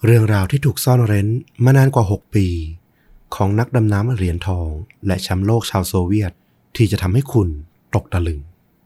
เรื่องราวที่ถูกซ่อนเร้นมานานกว่า6ปีของนักดำน้ำเหรียญทองและแชมป์โลกชาวโซเวียตที่จะทำให้คุณตกตะลึง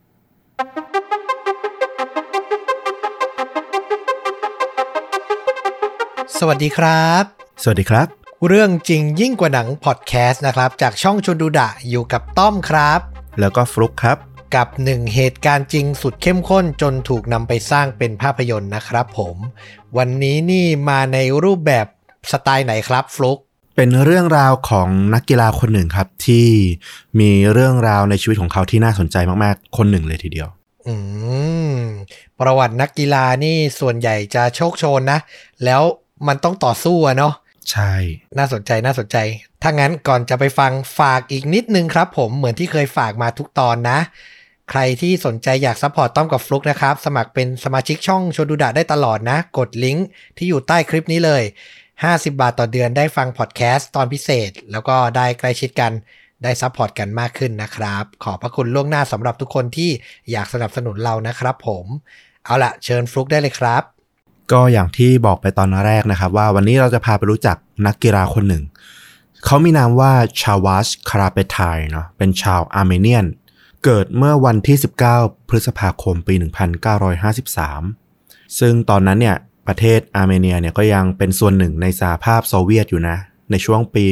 สวัสดีครับสวัสดีครับเรื่องจริงยิ่งกว่าหนังพอดแคสต์นะครับจากช่องชวนดูดะอยู่กับต้อมครับแล้วก็ฟลุ๊กครับกับหนึ่งเหตุการณ์จริงสุดเข้มข้นจนถูกนำไปสร้างเป็นภาพยนตร์นะครับผมวันนี้นี่มาในรูปแบบสไตล์ไหนครับฟลุ๊กเป็นเรื่องราวของนักกีฬาคนหนึ่งครับที่มีเรื่องราวในชีวิตของเขาที่น่าสนใจมากๆคนหนึ่งเลยทีเดียวประวัตินักกีฬานี่ส่วนใหญ่จะโชคโชนนะแล้วมันต้องต่อสู้อะเนาะใช่น่าสนใจถ้างั้นก่อนจะไปฟังฝากอีกนิดนึงครับผมเหมือนที่เคยฝากมาทุกตอนนะใครที่สนใจอยากซัพพอร์ตต้อมกับฟลุ๊กนะครับสมัครเป็นสมาชิกช่องชวนดูดะได้ตลอดนะกดลิงก์ที่อยู่ใต้คลิปนี้เลย50 บาทต่อเดือนได้ฟังพอดแคสต์ตอนพิเศษแล้วก็ได้ใกล้ชิดกันได้ซัพพอร์ตกันมากขึ้นนะครับขอบพระคุณล่วงหน้าสำหรับทุกคนที่อยากสนับสนุนเรานะครับผมเอาล่ะเชิญฟลุ๊กได้เลยครับก็อย่างที่บอกไปตอนแรกนะครับว่าวันนี้เราจะพาไปรู้จักนักกีฬาคนหนึ่งเขามีนามว่าชาวาช คาราเปทายเนาะเป็นชาวอาร์เมเนียนเกิดเมื่อวันที่19พฤษภาคมปี1953ซึ่งตอนนั้นเนี่ยประเทศอาร์เมเนียเนี่ยก็ยังเป็นส่วนหนึ่งในสหภาพโซเวียตอยู่นะในช่วงปี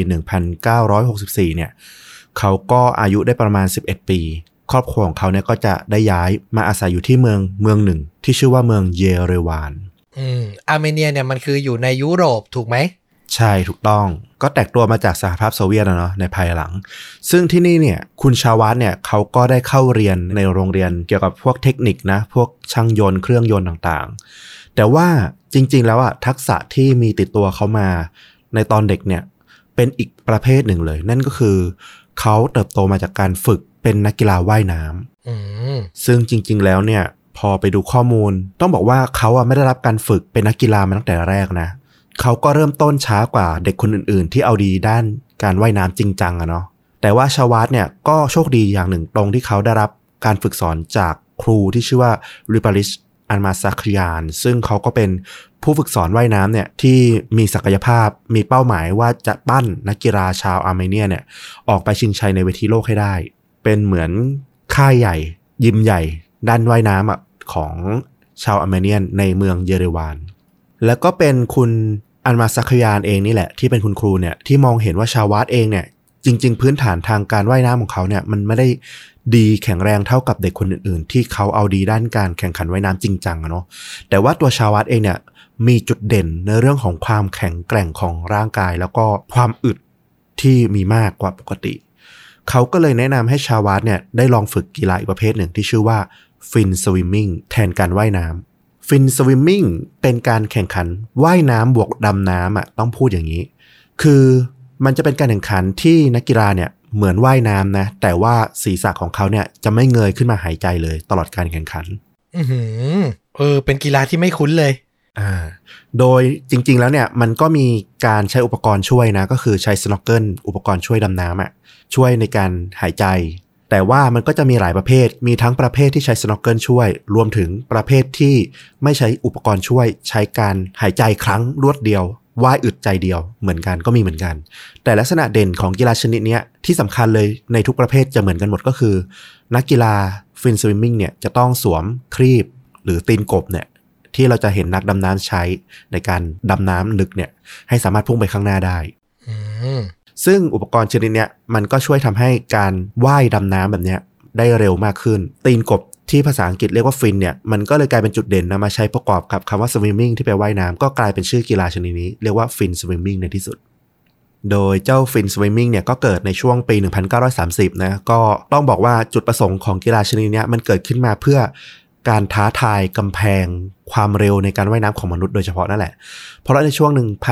1964เนี่ยเขาก็อายุได้ประมาณ11ปีครอบครัวของเขาเนี่ยก็จะได้ย้ายมาอาศัยอยู่ที่เมืองหนึ่งที่ชื่อว่าเมืองเยเรวานอาร์เมเนียเนี่ยมันคืออยู่ในยุโรปถูกไหมใช่ถูกต้องก็แตกตัวมาจากสหภาพโซเวียตนะเนาะในภายหลังซึ่งที่นี่เนี่ยคุณชาวาสเนี่ยเขาก็ได้เข้าเรียนในโรงเรียนเกี่ยวกับพวกเทคนิคนะพวกช่างยนต์เครื่องยนต์ต่างๆแต่ว่าจริงๆแล้วอะทักษะที่มีติดตัวเขามาในตอนเด็กเนี่ยเป็นอีกประเภทหนึ่งเลยนั่นก็คือเขาเติบโตมาจากการฝึกเป็นนักกีฬาว่ายน้ำซึ่งจริงๆแล้วเนี่ยพอไปดูข้อมูลต้องบอกว่าเขาอะไม่ได้รับการฝึกเป็นนักกีฬามาตั้งแต่แรกนะเขาก็เริ่มต้นช้ากว่าเด็กคนอื่นๆที่เอาดีด้านการว่ายน้ำจริงจังอะเนาะแต่ว่าชาวาสเนี่ยก็โชคดีอย่างหนึ่งตรงที่เขาได้รับการฝึกสอนจากครูที่ชื่อว่าริปาริช อันมาซัคยานซึ่งเขาก็เป็นผู้ฝึกสอนว่ายน้ำเนี่ยที่มีศักยภาพมีเป้าหมายว่าจะปั้นนักกีฬาชาวอาร์เมเนียเนี่ยออกไปชิงชัยในเวทีโลกให้ได้เป็นเหมือนค่ายใหญ่ยิมใหญ่ด้านว่ายน้ำของชาวอาร์เมเนียนในเมืองเยเรวานแล้วก็เป็นคุณอันมาซัคยานเองนี่แหละที่เป็นคุณครูเนี่ยที่มองเห็นว่าชาวาสเองเนี่ยจริงๆพื้นฐานทางการว่ายน้ำของเขาเนี่ยมันไม่ได้ดีแข็งแรงเท่ากับเด็กคนอื่นๆที่เขาเอาดีด้านการแข่งขันว่ายน้ำจริงจังเนาะแต่ว่าตัวชาวาสเองเนี่ยมีจุดเด่นในเรื่องของความแข็งแกร่งของร่างกายแล้วก็ความอึดที่มีมากกว่าปกติเขาก็เลยแนะนำให้ชาวาสเนี่ยได้ลองฝึกกีฬาอีกประเภทหนึ่งที่ชื่อว่าฟินสวิมมิ่งแทนการว่ายน้ำฟินสวิมมิ่งเป็นการแข่งขันว่ายน้ำบวกดำน้ำต้องพูดอย่างนี้คือมันจะเป็นการแข่งขันที่นักกีฬาเนี่ยเหมือนว่ายน้ำนะแต่ว่าศีรษะของเขาเนี่ยจะไม่เงยขึ้นมาหายใจเลยตลอดการแข่งขันเป็นกีฬาที่ไม่คุ้นเลยโดยจริงๆแล้วเนี่ยมันก็มีการใช้อุปกรณ์ช่วยนะก็คือใช้สโนว์เกิลอุปกรณ์ช่วยดำน้ำช่วยในการหายใจแต่ว่ามันก็จะมีหลายประเภทมีทั้งประเภทที่ใช้สโนว์เกิลช่วยรวมถึงประเภทที่ไม่ใช้อุปกรณ์ช่วยใช้การหายใจครั้งรวดเดียวว่ายอึดใจเดียวเหมือนกันก็มีเหมือนกันแต่ลักษณะเด่นของกีฬาชนิดนี้ที่สำคัญเลยในทุกประเภทจะเหมือนกันหมดก็คือนักกีฬาฟินสวิมมิ่งเนี่ยจะต้องสวมครีบหรือตีนกบเนี่ยที่เราจะเห็นนักดำน้ำใช้ในการดำน้ำลึกเนี่ยให้สามารถพุ่งไปข้างหน้าได้ซึ่งอุปกรณ์ชนิดนี้มันก็ช่วยทำให้การว่ายดำน้ำแบบนี้ได้เร็วมากขึ้นตีนกบที่ภาษาอังกฤษเรียกว่าฟินเนี่ยมันก็เลยกลายเป็นจุดเด่นนำมาใช้ประกอบกับคำว่า swimming ที่แปลว่ายน้ำก็กลายเป็นชื่อกีฬาชนิดนี้เรียกว่าฟิน swimming ในที่สุดโดยเจ้าฟิน swimming เนี่ยก็เกิดในช่วงปี1930นะก็ต้องบอกว่าจุดประสงค์ของกีฬาชนิดนี้มันเกิดขึ้นมาเพื่อการท้าทายกำแพงความเร็วในการว่ายน้ำของมนุษย์โดยเฉพาะนั่นแหละเพราะในช่วง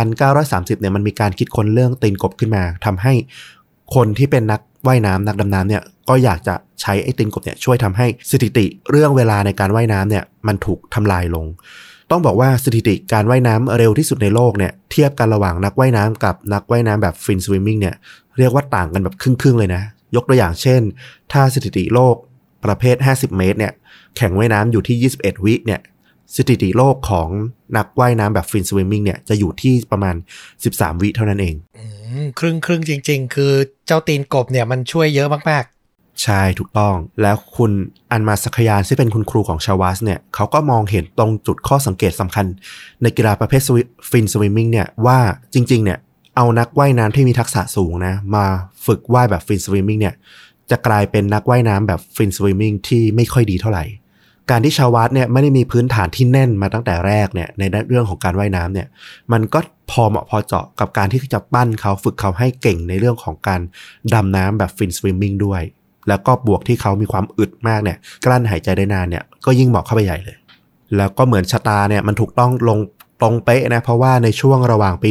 1930เนี่ยมันมีการคิดค้นเรื่องตีนกบขึ้นมาทำให้คนที่เป็นนักว่ายน้ำนักดำน้ำเนี่ยก็อยากจะใช้ไอ้ตีนกบเนี่ยช่วยทำให้สถิติเรื่องเวลาในการว่ายน้ำเนี่ยมันถูกทำลายลงต้องบอกว่าสถิติการว่ายน้ำเร็วที่สุดในโลกเนี่ยเทียบกันระหว่างนักว่ายน้ำกับนักว่ายน้ำแบบฟินสวิมมิ่งเนี่ยเรียกว่าต่างกันแบบครึ่งๆเลยนะยกตัวอย่างเช่นถ้าสถิติโลกประเภท50 เมตรเนี่ยแข่งว่ายน้ำอยู่ที่21 วิเนี่ยสถิติโลกของนักว่ายน้ำแบบฟรีสวิมมิ่งเนี่ยจะอยู่ที่ประมาณ13วิเท่านั้นเองครึ่งจริงๆคือเจ้าตีนกบเนี่ยมันช่วยเยอะมากๆใช่ถูกต้องแล้วคุณอันมาสักยานที่เป็นคุณครูของชาวาสเนี่ยเขาก็มองเห็นตรงจุดข้อสังเกตสำคัญในกีฬาประเภทฟรีสวิมมิ่งเนี่ยว่าจริงๆเนี่ยเอานักว่ายน้ำที่มีทักษะสูงนะมาฝึกว่ายแบบฟรีสวิมมิ่งเนี่ยจะกลายเป็นนักว่ายน้ำแบบฟรีสวิมมิ่งที่ไม่ค่อยดีเท่าไหร่การที่ชาวาสเนี่ยไม่ได้มีพื้นฐานที่แน่นมาตั้งแต่แรกเนี่ยในเรื่องของการว่ายน้ำเนี่ยมันก็พอเหมาะพอเจาะกับการที่จะปั้นเขาฝึกเขาให้เก่งในเรื่องของการดำน้ำแบบฟรีสวิมมิ่งด้วยแล้วก็บวกที่เขามีความอึดมากเนี่ยกลั้นหายใจได้นานเนี่ยก็ยิ่งเหมาะเข้าไปใหญ่เลยแล้วก็เหมือนชะตาเนี่ยมันถูกต้องลงตรงเป๊ะนะเพราะว่าในช่วงระหว่างปี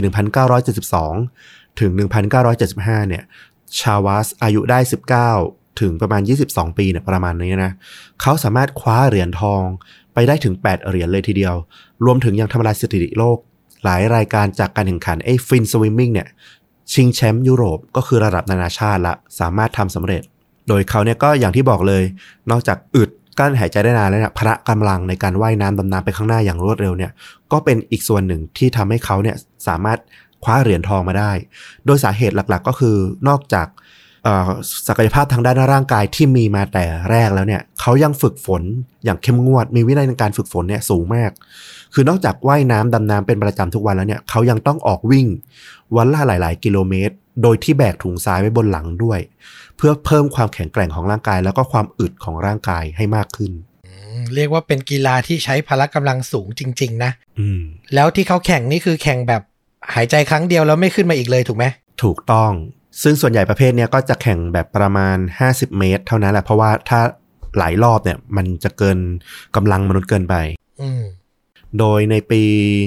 1972ถึง1975เนี่ยชาวาสอายุได้19ถึงประมาณ22ปีเนี่ยประมาณนี้นะเขาสามารถคว้าเหรียญทองไปได้ถึง8เหรียญเลยทีเดียวรวมถึงยังทำลายสถิติโลกหลายรายการจากการแข่งขันฟรีสวิมมิ่งเนี่ยชิงแชมป์ยุโรปก็คือระดับนานาชาติละสามารถทำสำเร็จโดยเขาเนี่ยก็อย่างที่บอกเลยนอกจากอึดกั้นหายใจได้นานแล้วเนี่ยพละกำลังในการว่ายน้ำดำน้ำไปข้างหน้าอย่างรวดเร็วเนี่ยก็เป็นอีกส่วนหนึ่งที่ทำให้เขาเนี่ยสามารถคว้าเหรียญทองมาได้โดยสาเหตุหลักๆก็คือนอกจากศักยภาพทางด้านร่างกายที่มีมาแต่แรกแล้วเนี่ยเขายังฝึกฝนอย่างเข้มงวดมีวินัยในการฝึกฝนเนี่ยสูงมากคือนอกจากว่ายน้ำดำน้ำเป็นประจำทุกวันแล้วเนี่ยเขายังต้องออกวิ่งวันละหลายๆกิโลเมตรโดยที่แบกถุงทรายไว้บนหลังด้วยเพื่อเพิ่มความแข็งแกร่งของร่างกายแล้วก็ความอึดของร่างกายให้มากขึ้นเรียกว่าเป็นกีฬาที่ใช้พละกำลังสูงจริงๆนะแล้วที่เขาแข่งนี่คือแข่งแบบหายใจครั้งเดียวแล้วไม่ขึ้นมาอีกเลยถูกไหมถูกต้องซึ่งส่วนใหญ่ประเภทนี้ก็จะแข่งแบบประมาณ50เมตรเท่านั้นแหละเพราะว่าถ้าหลายรอบเนี่ยมันจะเกินกำลังมนุษย์เกินไปโดยในปี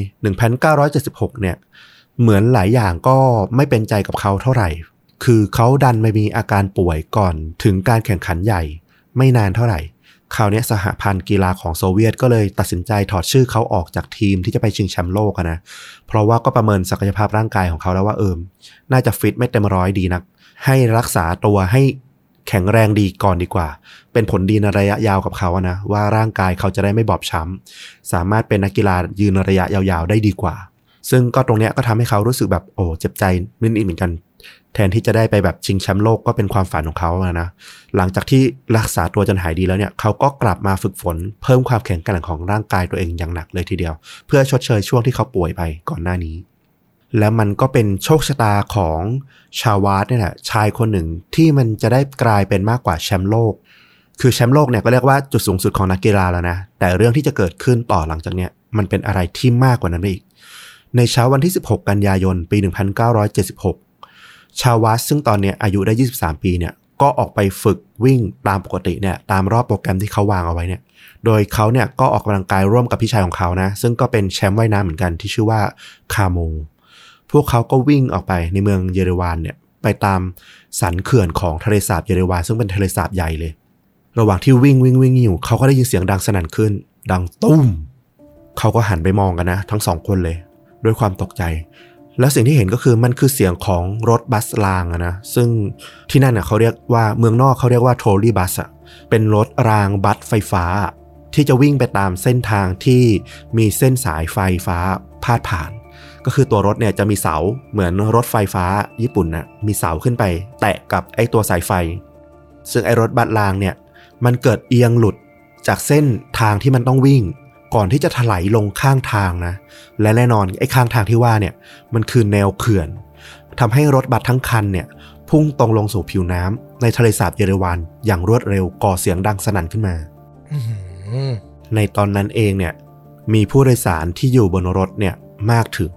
1976เนี่ยเหมือนหลายอย่างก็ไม่เป็นใจกับเขาเท่าไหร่คือเขาดันไปมีอาการป่วยก่อนถึงการแข่งขันใหญ่ไม่นานเท่าไหร่คราวนี้สหพันธ์กีฬาของโซเวียตก็เลยตัดสินใจถอดชื่อเขาออกจากทีมที่จะไปชิงแชมป์โลกนะเพราะว่าก็ประเมินศักยภาพร่างกายของเขาแล้วว่าน่าจะฟิตไม่เต็มร้อยดีนักให้รักษาตัวให้แข็งแรงดีก่อนดีกว่าเป็นผลดีในระยะยาวกับเขานะว่าร่างกายเขาจะได้ไม่บอบช้ำสามารถเป็นนักกีฬายืนระยะยาวๆได้ดีกว่าซึ่งก็ตรงเนี้ยก็ทำให้เขารู้สึกแบบเจ็บใจนิดๆเหมือนกันแทนที่จะได้ไปแบบชิงแชมป์โลกก็เป็นความฝันของเขานะหลังจากที่รักษาตัวจนหายดีแล้วเนี่ยเขาก็กลับมาฝึกฝนเพิ่มความแข็งแกร่งของร่างกายตัวเองอย่างหนักเลยทีเดียวเพื่อชดเชยช่วงที่เขาป่วยไปก่อนหน้านี้แล้วมันก็เป็นโชคชะตาของชาวาสเนี่ยแหละชายคนหนึ่งที่มันจะได้กลายเป็นมากกว่าแชมป์โลกคือแชมป์โลกเนี่ยก็เรียกว่าจุดสูงสุดของนักกีฬาแล้วนะแต่เรื่องที่จะเกิดขึ้นต่อหลังจากเนี้ยมันเป็นอะไรที่มากกว่านั้นอีกในเช้าวันที่16กันยายนปี1976ชาวาสซึ่งตอนนี้อายุได้23ปีเนี่ยก็ออกไปฝึกวิ่งตามปกติเนี่ยตามรอบโปรแกรมที่เขาวางเอาไว้เนี่ยโดยเขาเนี่ยก็ออกกำลังกายร่วมกับพี่ชายของเขานะซึ่งก็เป็นแชมป์ว่ายน้ำเหมือนกันที่ชื่อว่าคาโมพวกเขาก็วิ่งออกไปในเมืองเยเรวานเนี่ยไปตามสันเขื่อนของทะเลสาบเยเรวานซึ่งเป็นทะเลสาบใหญ่เลยระหว่างที่วิ่งอยู่เขาก็ได้ยินเสียงดังสนั่นขึ้นดังตุ้มเขาก็หันไปมองกันนะทั้งสองคนเลยด้วยความตกใจแล้วสิ่งที่เห็นก็คือมันคือเสียงของรถบัสรางนะซึ่งที่นั่นเขาเรียกว่าเมืองนอกเขาเรียกว่าโทรลี่บัสเป็นรถรางบัสไฟฟ้าที่จะวิ่งไปตามเส้นทางที่มีเส้นสายไฟฟ้าพาดผ่านก็คือตัวรถเนี่ยจะมีเสาเหมือนรถไฟฟ้าญี่ปุ่นนะมีเสาขึ้นไปแตะกับไอ้ตัวสายไฟซึ่งไอ้รถบัสรางเนี่ยมันเกิดเอียงหลุดจากเส้นทางที่มันต้องวิ่งก่อนที่จะถลายลงข้างทางนะและแน่นอนไอ้ข้างทางที่ว่าเนี่ยมันคือแนวเขื่อนทำให้รถบัสทั้งคันเนี่ยพุ่งตรงลงสู่ผิวน้ำในทะเลสาบเยเรวานอย่างรวดเร็วก่อเสียงดังสนั่นขึ้นมาในตอนนั้นเองเนี่ยมีผู้โดยสารที่อยู่บนรถเนี่ยมากถึง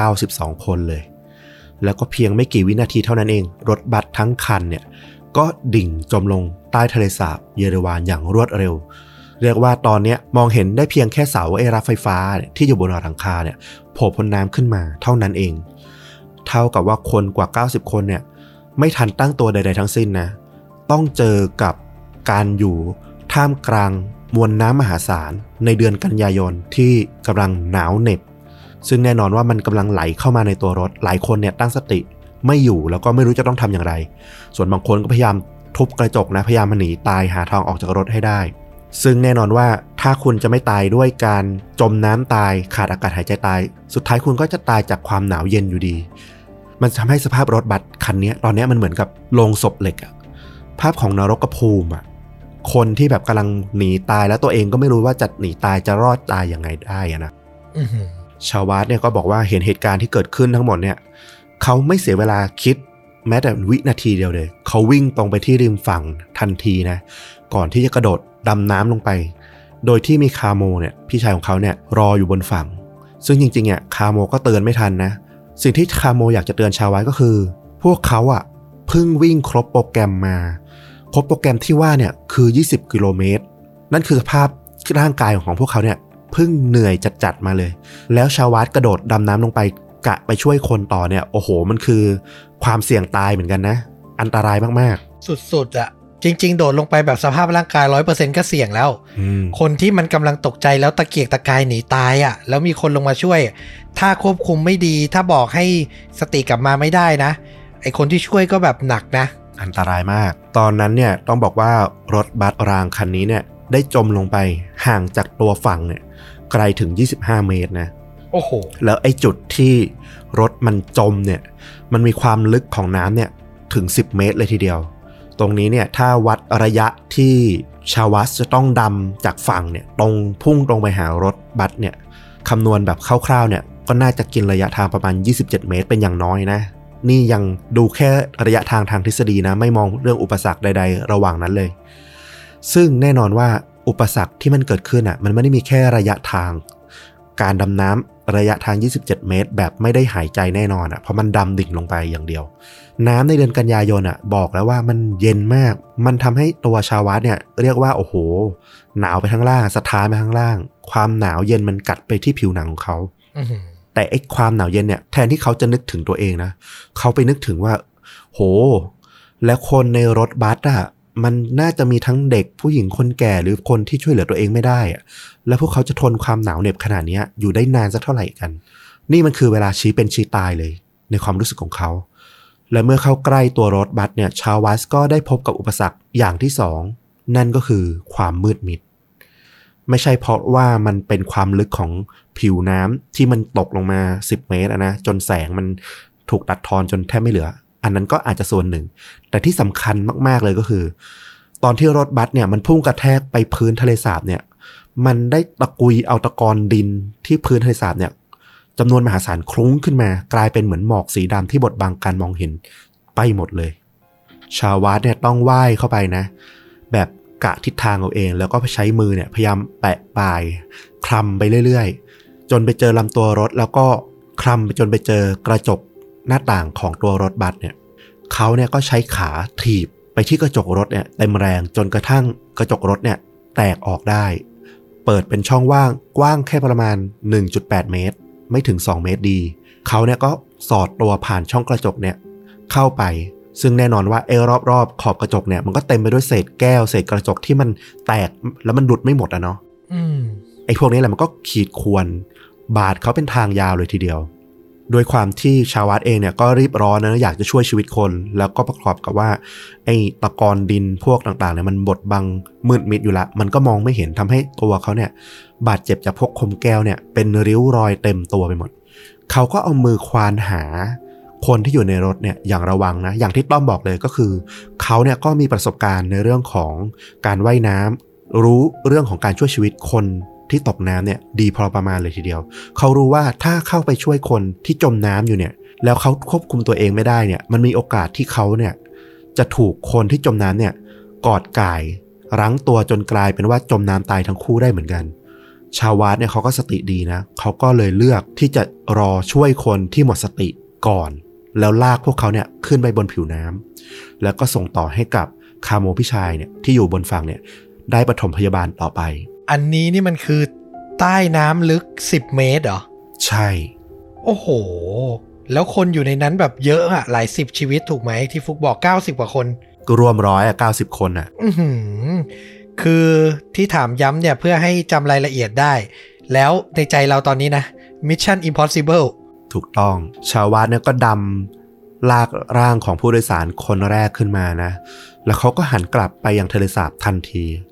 92คนเลยแล้วก็เพียงไม่กี่วินาทีเท่านั้นเองรถบัสทั้งคันเนี่ยก็ดิ่งจมลงใต้ทะเลสาบเยเรวานอย่างรวดเร็วเรียกว่าตอนนี้มองเห็นได้เพียงแค่เสารับไฟฟ้าที่อยู่บนหลังคาเนี่ยโผล่พ้นน้ำขึ้นมาเท่านั้นเองเท่ากับว่าคนกว่า90คนเนี่ยไม่ทันตั้งตัวใดๆทั้งสิ้นนะต้องเจอกับการอยู่ท่ามกลางมวลน้ำมหาศาลในเดือนกันยายนที่กำลังหนาวเหน็บซึ่งแน่นอนว่ามันกำลังไหลเข้ามาในตัวรถหลายคนเนี่ยตั้งสติไม่อยู่แล้วก็ไม่รู้จะต้องทำอย่างไรส่วนบางคนก็พยายามทุบกระจกนะพยายามหนีตายหาทางออกจากรถให้ได้ซึ่งแน่นอนว่าถ้าคุณจะไม่ตายด้วยการจมน้ำตายขาดอากาศหายใจตายสุดท้ายคุณก็จะตายจากความหนาวเย็นอยู่ดีมันทำให้สภาพรถบัสคันนี้ตอนนี้มันเหมือนกับโลงศพเหล็กอะภาพของนรกภูมิอะคนที่แบบกำลังหนีตายแล้วตัวเองก็ไม่รู้ว่าจะหนีตายจะรอดตายยังไงได้นะชาววัดเนี่ยก็บอกว่าเห็นเหตุการณ์ที่เกิดขึ้นทั้งหมดเนี่ยเขาไม่เสียเวลาคิดแม้แต่วินาทีเดียวเลยเขาวิ่งตรงไปที่ริมฝั่งทันทีนะก่อนที่จะกระโดดดำน้ำลงไปโดยที่มีคาโมเนี่ยพี่ชายของเขาเนี่ยรออยู่บนฝั่งซึ่งจริงๆเนี่ยคาโมก็เตือนไม่ทันนะสิ่งที่คาโมอยากจะเตือนชาววัดก็คือพวกเขาอ่ะเพิ่งวิ่งครบโปรแกรมมาครบโปรแกรมที่ว่าเนี่ยคือ20กิโลเมตรนั่นคือสภาพร่างกายของพวกเขาเนี่ยเพิ่งเหนื่อยจัดๆมาเลยแล้วชาววัดกระโดดดำน้ำลงไปกะไปช่วยคนต่อเนี่ยโอ้โหมันคือความเสี่ยงตายเหมือนกันนะอันตรายมากๆสุดๆอ่ะจริงๆโดดลงไปแบบสภาพร่างกาย 100% ก็เสี่ยงแล้วคนที่มันกำลังตกใจแล้วตะเกียกตะกายหนีตายอ่ะแล้วมีคนลงมาช่วยถ้าควบคุมไม่ดีถ้าบอกให้สติกลับมาไม่ได้นะไอคนที่ช่วยก็แบบหนักนะอันตรายมากตอนนั้นเนี่ยต้องบอกว่ารถบัสรางคันนี้เนี่ยได้จมลงไปห่างจากตัวฝั่งเนี่ยไกลถึง25เมตรนะโอ้โหแล้วไอ้จุดที่รถมันจมเนี่ยมันมีความลึกของน้ำเนี่ยถึง10เมตรเลยทีเดียวตรงนี้เนี่ยถ้าวัดระยะที่ชาวัสจะต้องดำจากฝั่งเนี่ยตรงพุ่งตรงไปหารถบัสเนี่ยคำนวณแบบคร่าวๆเนี่ยก็น่าจะกินระยะทางประมาณ27เมตรเป็นอย่างน้อยนะนี่ยังดูแค่ระยะทางทฤษฎีนะไม่มองเรื่องอุปสรรคใดๆระหว่างนั้นเลยซึ่งแน่นอนว่าอุปสรรคที่มันเกิดขึ้นอ่ะมันไม่ได้มีแค่ระยะทางการดำน้ำระยะทาง27เมตรแบบไม่ได้หายใจแน่นอนอ่ะเพราะมันดำดิ่งลงไปอย่างเดียวน้ำในเดือนกันยายนอ่ะบอกแล้วว่ามันเย็นมากมันทำให้ตัวชาววัดเนี่ยเรียกว่าโอ้โหหนาวไปทั้งล่างสะท้านไปทั้งล่างความหนาวเย็นมันกัดไปที่ผิวหนังของเขาแต่ไอ้ความหนาวเย็นเนี่ยแทนที่เขาจะนึกถึงตัวเองนะเขาไปนึกถึงว่าโหและคนในรถบัสอ่ะมันน่าจะมีทั้งเด็กผู้หญิงคนแก่หรือคนที่ช่วยเหลือตัวเองไม่ได้อ่ะแล้วพวกเขาจะทนความหนาวเหน็บขนาดนี้อยู่ได้นานสักเท่าไหร่กันนี่มันคือเวลาชี้เป็นชี้ตายเลยในความรู้สึกของเขาและเมื่อเข้าใกล้ตัวรถบัสเนี่ยชาววัสก็ได้พบกับอุปสรรคอย่างที่2นั่นก็คือความมืดมิดไม่ใช่เพราะว่ามันเป็นความลึกของผิวน้ำที่มันตกลงมา10เมตรนะจนแสงมันถูกตัดทอนจนแทบไม่เหลืออันนั้นก็อาจจะส่วนหนึ่งแต่ที่สำคัญมากๆเลยก็คือตอนที่รถบัสเนี่ยมันพุ่งกระแทกไปพื้นทะเลสาบเนี่ยมันได้ตะกุยเอาตะกอนดินที่พื้นทะเลสาบเนี่ยจำนวนมหาศาลคลุ้งขึ้นมากลายเป็นเหมือนหมอกสีดำที่บดบังการมองเห็นไปหมดเลยชาววัดเนี่ยต้องว่ายเข้าไปนะแบบกะทิศทางเอาเองแล้วก็ใช้มือเนี่ยพยายามแปะปลายคลำไปเรื่อยๆจนไปเจอลำตัวรถแล้วก็คลำไปจนไปเจอกระจกหน้าต่างของตัวรถบัสเนี่ยเขาเนี่ยก็ใช้ขาถีบไปที่กระจกรถเนี่ยเต็มแรงจนกระทั่งกระจกรถเนี่ยแตกออกได้เปิดเป็นช่องว่างกว้างแค่ประมาณ 1.8 เมตรไม่ถึง2เมตรดีเขาเนี่ยก็สอดตัวผ่านช่องกระจกเนี่ยเข้าไปซึ่งแน่นอนว่ารอบๆขอบกระจกเนี่ยมันก็เต็มไปด้วยเศษแก้วเศษกระจกที่มันแตกแล้วมันหลุดไม่หมดอะเนาะไอ้พวกนี้แหละมันก็ขีดข่วนบาดเขาเป็นทางยาวเลยทีเดียวโดยความที่ชาววัดเองเนี่ยก็รีบร้อนนะอยากจะช่วยชีวิตคนแล้วก็ประกอบกับว่าไอ้ตะกอนดินพวกต่างๆเนี่ยมันบดบังมืดมิดอยู่ละมันก็มองไม่เห็นทำให้ตัวเขาเนี่ยบาดเจ็บจากพวกคมแก้วเนี่ยเป็นริ้วรอยเต็มตัวไปหมดเขาก็เอามือควานหาคนที่อยู่ในรถเนี่ยอย่างระวังนะอย่างที่ต้อมบอกเลยก็คือเขาเนี่ยก็มีประสบการณ์ในเรื่องของการว่ายน้ำรู้เรื่องของการช่วยชีวิตคนที่ตกน้ำเนี่ยดีพอประมาณเลยทีเดียวเขารู้ว่าถ้าเข้าไปช่วยคนที่จมน้ำอยู่เนี่ยแล้วเขาควบคุมตัวเองไม่ได้เนี่ยมันมีโอกาสที่เขาเนี่ยจะถูกคนที่จมน้ำเนี่ยกอดก่ายรั้งตัวจนกลายเป็นว่าจมน้ำตายทั้งคู่ได้เหมือนกันชาววัดเนี่ยเขาก็สติดีนะเขาก็เลยเลือกที่จะรอช่วยคนที่หมดสติก่อนแล้วลากพวกเขาเนี่ยขึ้นไปบนผิวน้ำแล้วก็ส่งต่อให้กับคาโมพี่ชายเนี่ยที่อยู่บนฝั่งเนี่ยได้ปฐมพยาบาลต่อไปอันนี้นี่มันคือใต้น้ำลึก10เมตรเหรอใช่โอ้โหแล้วคนอยู่ในนั้นแบบเยอะอะหลาย10ชีวิตถูกไหมที่ฟุกบอก90กว่าคนรวม90คนอ่ะคือที่ถามย้ำเนี่ยเพื่อให้จำรายละเอียดได้แล้วในใจเราตอนนี้นะ Mission Impossible ถูกต้องชาววัดเนี่ยก็ดำลากร่างของผู้โดยสารคนแรกขึ้นมานะแล้วเขาก็หันกลับไปยังทะเลสาบทันที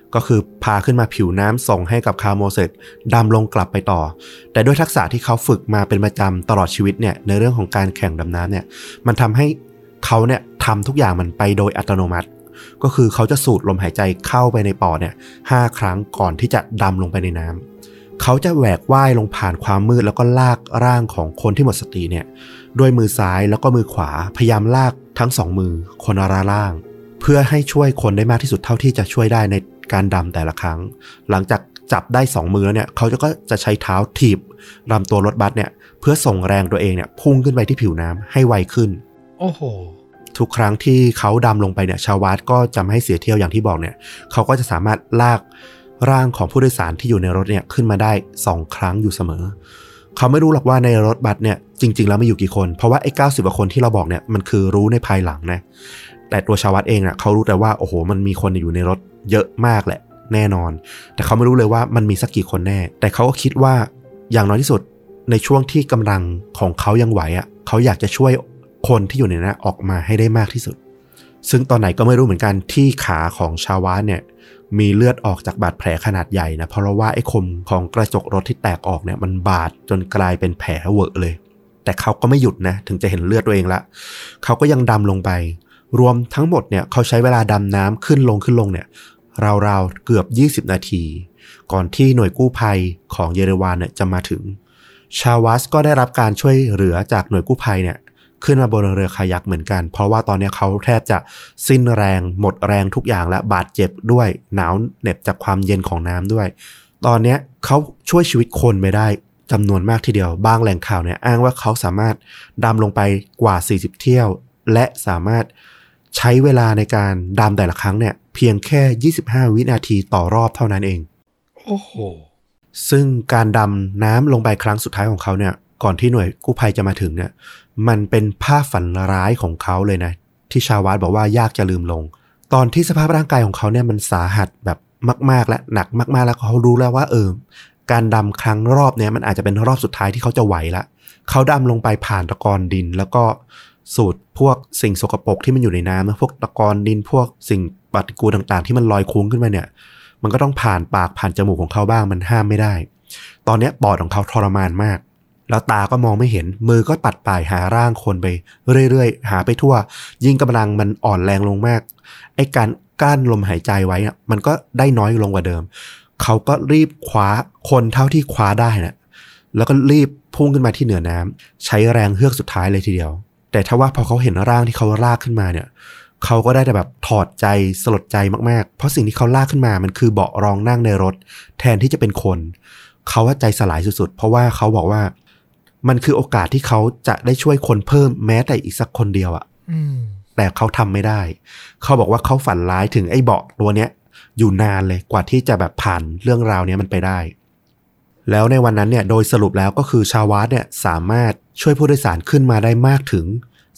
ก็คือพาขึ้นมาผิวน้ำส่งให้กับคาร์โมเสร็จดำลงกลับไปต่อแต่ด้วยทักษะที่เขาฝึกมาเป็นประจำตลอดชีวิตเนี่ยในเรื่องของการแข่งดำน้ำเนี่ยมันทำให้เขาเนี่ยทำทุกอย่างมันไปโดยอัตโนมัติก็คือเขาจะสูดลมหายใจเข้าไปในปอดเนี่ย5 ครั้งก่อนที่จะดำลงไปในน้ำเขาจะแหวกว่ายลงผ่านความมืดแล้วก็ลากร่างของคนที่หมดสติเนี่ยด้วยมือซ้ายแล้วก็มือขวาพยายามลากทั้ง2 มือคนละร่างเพื่อให้ช่วยคนได้มากที่สุดเท่าที่จะช่วยได้ในการดำแต่ละครั้งหลังจากจับได้2 มือแล้วเนี่ยเขาก็จะใช้เท้าถีบลำตัวรถบัสเนี่ยเพื่อส่งแรงตัวเองเนี่ยพุ่งขึ้นไปที่ผิวน้ำให้ไวขึ้นโอ้โหทุกครั้งที่เขาดำลงไปเนี่ยชาววัดก็จะไม่ให้เสียเที่ยวอย่างที่บอกเนี่ยเขาก็จะสามารถลากร่างของผู้โดยสารที่อยู่ในรถเนี่ยขึ้นมาได้2 ครั้งอยู่เสมอเขาไม่รู้หรอกว่าในรถบัสเนี่ยจริงๆแล้วมีอยู่กี่คนเพราะว่าไอ้90 กว่าคนที่เราบอกเนี่ยมันคือรู้ในภายหลังนะแต่ตัวชาววัดเองน่ะเขารู้แต่ว่าโอ้โหมันมีคนอยู่ในรถเยอะมากแหละแน่นอนแต่เขาไม่รู้เลยว่ามันมีสักกี่คนแน่แต่เขาก็คิดว่าอย่างน้อยที่สุดในช่วงที่กำลังของเขายังไหวอ่ะเขาอยากจะช่วยคนที่อยู่ในนั้นออกมาให้ได้มากที่สุดซึ่งตอนไหนก็ไม่รู้เหมือนกันที่ขาของชาววัดเนี่ยมีเลือดออกจากบาดแผลขนาดใหญ่นะเพราะว่าไอ้คมของกระจกรถที่แตกออกเนี่ยมันบาดจนกลายเป็นแผลเวอะเลยแต่เขาก็ไม่หยุดนะถึงจะเห็นเลือดตัวเองละเขาก็ยังดำลงไปรวมทั้งหมดเนี่ยเขาใช้เวลาดำน้ำขึ้นลงเนี่ยราวๆเกือบ20 นาทีก่อนที่หน่วยกู้ภัยของเยเรวานเนี่ยจะมาถึงชาวัสก็ได้รับการช่วยเหลือจากหน่วยกู้ภัยเนี่ยขึ้นมาบนเรือคายักเหมือนกันเพราะว่าตอนนี้เขาแทบจะสิ้นแรงหมดแรงทุกอย่างและบาดเจ็บด้วยหนาวเหน็บจากความเย็นของน้ำด้วยตอนนี้เขาช่วยชีวิตคนไปได้จำนวนมากทีเดียวบางแหล่งข่าวเนี่ยอ้างว่าเขาสามารถดำลงไปกว่า40 เที่ยวและสามารถใช้เวลาในการดำแต่ละครั้งเนี่ยเพียงแค่25 วินาทีต่อรอบเท่านั้นเองโอ้โหซึ่งการดำน้ำลงไปครั้งสุดท้ายของเขาเนี่ยก่อนที่หน่วยกู้ภัยจะมาถึงเนี่ยมันเป็นภาพฝันร้ายของเขาเลยนะที่ชาววัดบอกว่ายากจะลืมลงตอนที่สภาพร่างกายของเขาเนี่ยมันสาหัสแบบมากๆและหนักมากๆแล้วเขารู้แล้วว่าการดำครั้งรอบเนี่ยมันอาจจะเป็นรอบสุดท้ายที่เขาจะไหวละเขาดำลงไปผ่านตะกอนดินแล้วก็สูดพวกสิ่งสกปรกที่มันอยู่ในน้ำพวกตะกอนดินพวกสิ่งปฏิกูลต่างๆที่มันลอยคุ้งขึ้นมาเนี่ยมันก็ต้องผ่านปากผ่านจมูกของเขาบ้างมันห้ามไม่ได้ตอนนี้ปอดของเขาทรมานมากแล้วตาก็มองไม่เห็นมือก็ปัดป่ายหาร่างคนไปเรื่อยๆหาไปทั่วยิ่งกำลังมันอ่อนแรงลงมากไอ้การกั้นลมหายใจไว้มันก็ได้น้อยลงกว่าเดิมเขาก็รีบคว้าคนเท่าที่คว้าได้นะแล้วก็รีบพุ่งขึ้นมาที่เหนือน้ำใช้แรงเฮือกสุดท้ายเลยทีเดียวแต่ถ้าว่าพอเขาเห็นร่างที่เขาลากขึ้นมาเนี่ยเขาก็ได้แต่แบบถอดใจสลดใจมากๆเพราะสิ่งที่เขาลากขึ้นมามันคือเบาะรองนั่งในรถแทนที่จะเป็นคนเขาว่าใจสลายสุดๆเพราะว่าเขาบอกว่ามันคือโอกาสที่เขาจะได้ช่วยคนเพิ่มแม้แต่อีกสักคนเดียวแต่เขาทำไม่ได้เขาบอกว่าเขาฝันร้ายถึงไอ้เบาะตัวเนี้ยอยู่นานเลยกว่าที่จะแบบผ่านเรื่องราวนี้มันไปได้แล้วในวันนั้นเนี่ยโดยสรุปแล้วก็คือชาวาสเนี่ยสามารถช่วยผู้โดยสารขึ้นมาได้มากถึง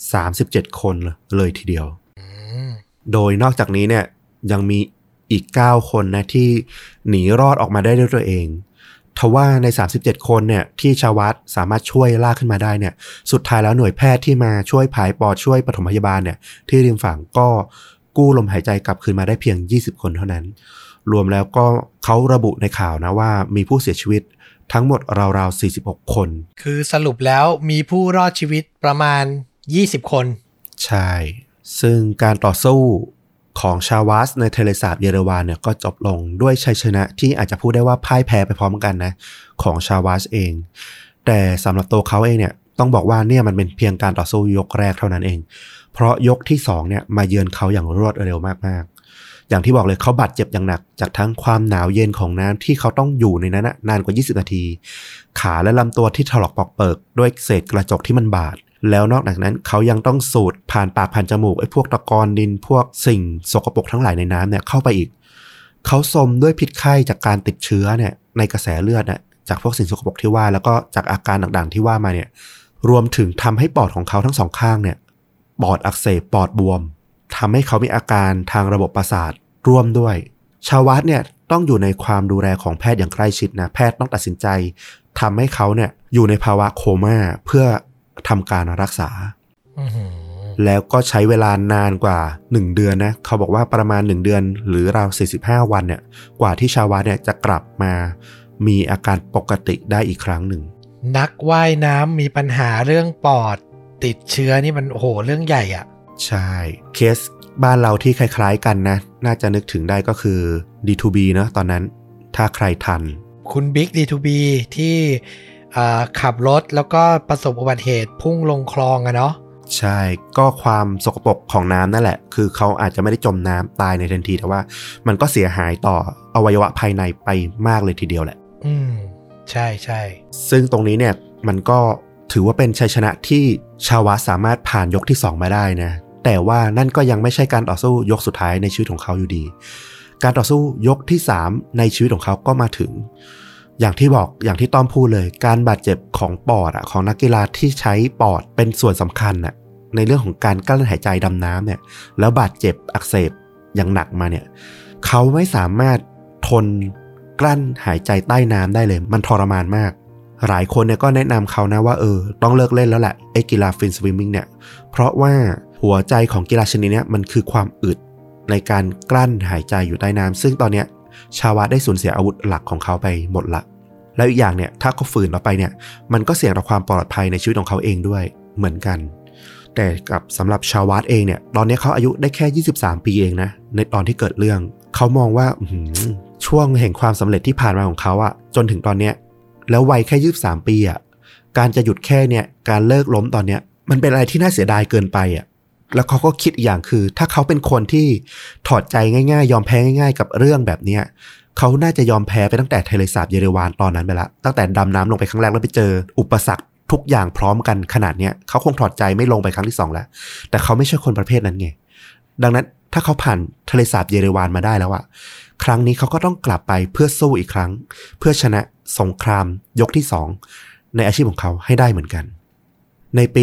37 คนเลยทีเดียวโดยนอกจากนี้เนี่ยยังมีอีก9 คนนะที่หนีรอดออกมาได้ด้วยตัวเองทว่าใน37 คนเนี่ยที่ชาววัดสามารถช่วยลากขึ้นมาได้เนี่ยสุดท้ายแล้วหน่วยแพทย์ที่มาช่วยผายปอดช่วยปฐมพยาบาลเนี่ยที่ริมฝั่งก็กู้ลมหายใจกลับคืนมาได้เพียง20 คนเท่านั้นรวมแล้วก็เขาระบุในข่าวนะว่ามีผู้เสียชีวิตทั้งหมดราวๆ46 คนคือสรุปแล้วมีผู้รอดชีวิตประมาณ20 คนใช่ซึ่งการต่อสู้ของชาววัสในเทเลสาบเยเรวานเนี่ยก็จบลงด้วยชัยชนะที่อาจจะพูดได้ว่าพ่ายแพ้ไปพร้อมกันนะของชาววัสเองแต่สำหรับตัวเขาเองเนี่ยต้องบอกว่าเนี่ยมันเป็นเพียงการต่อสู้ยกแรกเท่านั้นเองเพราะยกที่2เนี่ยมาเยือนเขาอย่างรวดเร็วมากๆอย่างที่บอกเลยเขาบาดเจ็บอย่างหนักจากทั้งความหนาวเย็นของน้ำที่เขาต้องอยู่ในนั้นนานกว่า20 นาทีขาและลำตัวที่ถลอกปอกเปิกด้วยเศษกระจกที่มันบาดแล้วนอกจากนั้นเขายังต้องสูดผ่านปากผ่านจมูกไอ้พวกตะกอนดินพวกสิ่งสกปรกทั้งหลายในน้ำเนี่ยเข้าไปอีกเขาซมด้วยพิษไข้จากการติดเชื้อเนี่ยในกระแสเลือดเนี่ยจากพวกสิ่งสกปรกที่ว่าแล้วก็จากอาการต่างๆที่ว่ามาเนี่ยรวมถึงทำให้ปอดของเขาทั้งสองข้างเนี่ยปอดอักเสบปอดบวมทำให้เขามีอาการทางระบบประสาทร่วมด้วยชาววัดเนี่ยต้องอยู่ในความดูแลของแพทย์อย่างใกล้ชิดนะแพทย์ต้องตัดสินใจทำให้เขาเนี่ยอยู่ในภาวะโคม่าเพื่อทำการรักษาแล้วก็ใช้เวลานานกว่า1เดือนนะเขาบอกว่าประมาณ1เดือนหรือราว45วันเนี่ยกว่าที่ชาวาเนี่ยจะกลับมามีอาการปกติได้อีกครั้งหนึ่งนักว่ายน้ำมีปัญหาเรื่องปอดติดเชื้อนี่มันโอ้โหเรื่องใหญ่อ่ะใช่เคสบ้านเราที่คล้ายๆกันนะน่าจะนึกถึงได้ก็คือ D2B เนาะตอนนั้นถ้าใครทันคุณบิ๊ก D2B ที่ขับรถแล้วก็ประสบอุบัติเหตุพุ่งลงคลองอะเนาะใช่ก็ความสกปรกของน้ำนั่นแหละคือเขาอาจจะไม่ได้จมน้ำตายในทันทีแต่ว่ามันก็เสียหายต่ออวัยวะภายในไปมากเลยทีเดียวแหละใช่ใช่ซึ่งตรงนี้เนี่ยมันก็ถือว่าเป็นชัยชนะที่ชาวะสามารถผ่านยกที่2มาได้นะแต่ว่านั่นก็ยังไม่ใช่การต่อสู้ยกสุดท้ายในชีวิตของเขาอยู่ดีการต่อสู้ยกที่3ในชีวิตของเขาก็มาถึงอย่างที่ต้อมพูดเลยการบาดเจ็บของปอดของนักกีฬาที่ใช้ปอดเป็นส่วนสำคัญในเรื่องของการกลั้นหายใจดำน้ำเนี่ยแล้วบาดเจ็บอักเสบอย่างหนักมาเนี่ยเขาไม่สามารถทนกลั้นหายใจใต้น้ำได้เลยมันทรมานมากหลายคนเนี่ยก็แนะนำเขานะว่าต้องเลิกเล่นแล้วแหละไอ้กีฬาฟินสวิมมิ่งเนี่ยเพราะว่าหัวใจของกีฬาชนิดนี้มันคือความอึดในการกลั้นหายใจอยู่ใต้น้ำซึ่งตอนเนี้ยชาวะได้สูญเสียอาวุธหลักของเขาไปหมดละแล้วอีกอย่างเนี่ยถ้าเขาฝืนต่อไปเนี่ยมันก็เสี่ยงต่อความปลอดภัยในชีวิตของเขาเองด้วยเหมือนกันแต่กับสำหรับชาวะเองเนี่ยตอนนี้เขาอายุได้แค่23ปีเองนะในตอนที่เกิดเรื่องเขามองว่าช่วงแห่งความสำเร็จที่ผ่านมาของเขาจนถึงตอนเนี้ยแล้ววัยแค่23ปีการจะหยุดแค่เนี่ยการเลิกล้มตอนเนี้ยมันเป็นอะไรที่น่าเสียดายเกินไปแล้วเขาก็คิดอย่างคือถ้าเขาเป็นคนที่ถอดใจง่ายๆยอมแพ้ง่ายๆกับเรื่องแบบเนี้ยเขาน่าจะยอมแพ้ไปตั้งแต่ทะเลสาบเยเรวานตอนนั้นไปละตั้งแต่ดำน้ำลงไปครั้งแรกแล้วไปเจออุปสรรคทุกอย่างพร้อมกันขนาดเนี้ยเขาคงถอดใจไม่ลงไปครั้งที่2แล้วแต่เขาไม่ใช่คนประเภทนั้นไงดังนั้นถ้าเขาผ่านทะเลสาบเยเรวานมาได้แล้วครั้งนี้เขาก็ต้องกลับไปเพื่อสู้อีกครั้งเพื่อชนะสงครามยกที่2ในอาชีพของเขาให้ได้เหมือนกันในปี